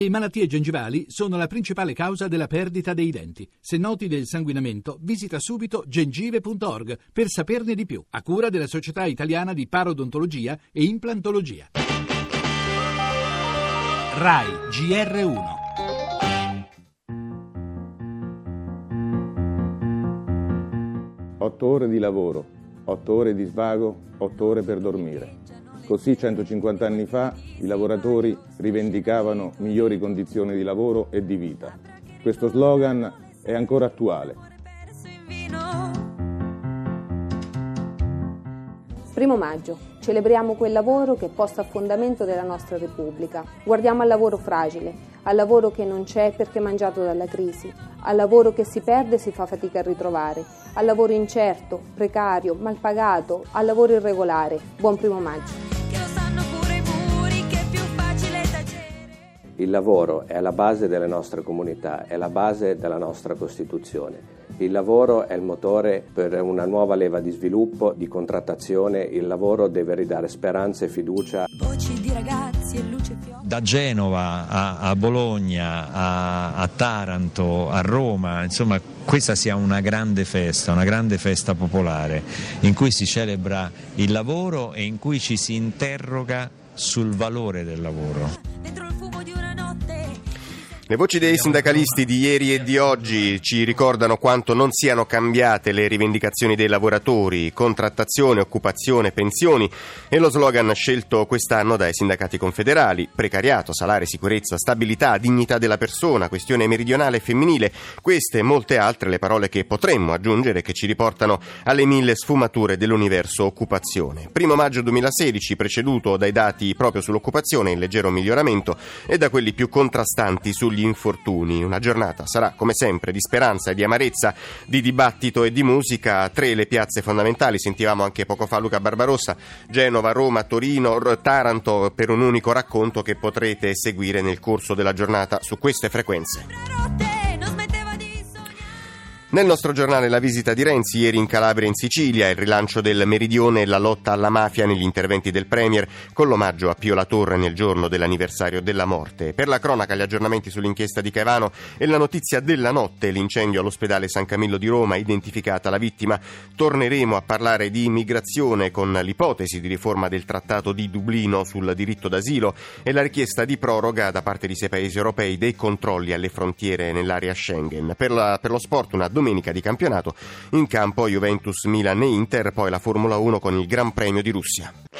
Le malattie gengivali sono la principale causa della perdita dei denti. Se noti del sanguinamento, visita subito gengive.org per saperne di più, a cura della Società Italiana di Parodontologia e Implantologia. RAI GR1. Otto ore di lavoro, 8 ore di svago, 8 ore per dormire. Così 150 anni fa i lavoratori rivendicavano migliori condizioni di lavoro e di vita. Questo slogan è ancora attuale. 1 maggio. Celebriamo quel lavoro che è posto a fondamento della nostra Repubblica. Guardiamo al lavoro fragile, al lavoro che non c'è perché mangiato dalla crisi, al lavoro che si perde e si fa fatica a ritrovare, al lavoro incerto, precario, mal pagato, al lavoro irregolare. Buon 1 maggio. Il lavoro è alla base delle nostre comunità, è la base della nostra Costituzione. Il lavoro è il motore per una nuova leva di sviluppo, di contrattazione. Il lavoro deve ridare speranza e fiducia. Voci di ragazzi e luce fiore. Da Genova a Bologna, a Taranto, a Roma, insomma questa sia una grande festa popolare in cui si celebra il lavoro e in cui ci si interroga sul valore del lavoro. Le voci dei sindacalisti di ieri e di oggi ci ricordano quanto non siano cambiate le rivendicazioni dei lavoratori, contrattazione, occupazione, pensioni e lo slogan scelto quest'anno dai sindacati confederali: precariato, salario, sicurezza, stabilità, dignità della persona, questione meridionale e femminile. Queste e molte altre le parole che potremmo aggiungere, che ci riportano alle 1000 sfumature dell'universo occupazione. 1 maggio 2016, preceduto dai dati proprio sull'occupazione in leggero miglioramento e da quelli più contrastanti sugli infortuni. Una giornata sarà come sempre di speranza e di amarezza, di dibattito e di musica. 3 le piazze fondamentali, sentivamo anche poco fa Luca Barbarossa: Genova, Roma, Torino, Taranto, per un unico racconto che potrete seguire nel corso della giornata su queste frequenze. Nel nostro giornale la visita di Renzi ieri in Calabria e in Sicilia, il rilancio del meridione e la lotta alla mafia negli interventi del Premier, con l'omaggio a Pio La Torre nel giorno dell'anniversario della morte. Per la cronaca gli aggiornamenti sull'inchiesta di Caivano e la notizia della notte, l'incendio all'ospedale San Camillo di Roma, identificata la vittima. Torneremo a parlare di immigrazione con l'ipotesi di riforma del Trattato di Dublino sul diritto d'asilo e la richiesta di proroga da parte di 6 paesi europei dei controlli alle frontiere nell'area Schengen. Per lo sport una domenica di campionato, in campo Juventus, Milan e Inter, poi la Formula 1 con il Gran Premio di Russia.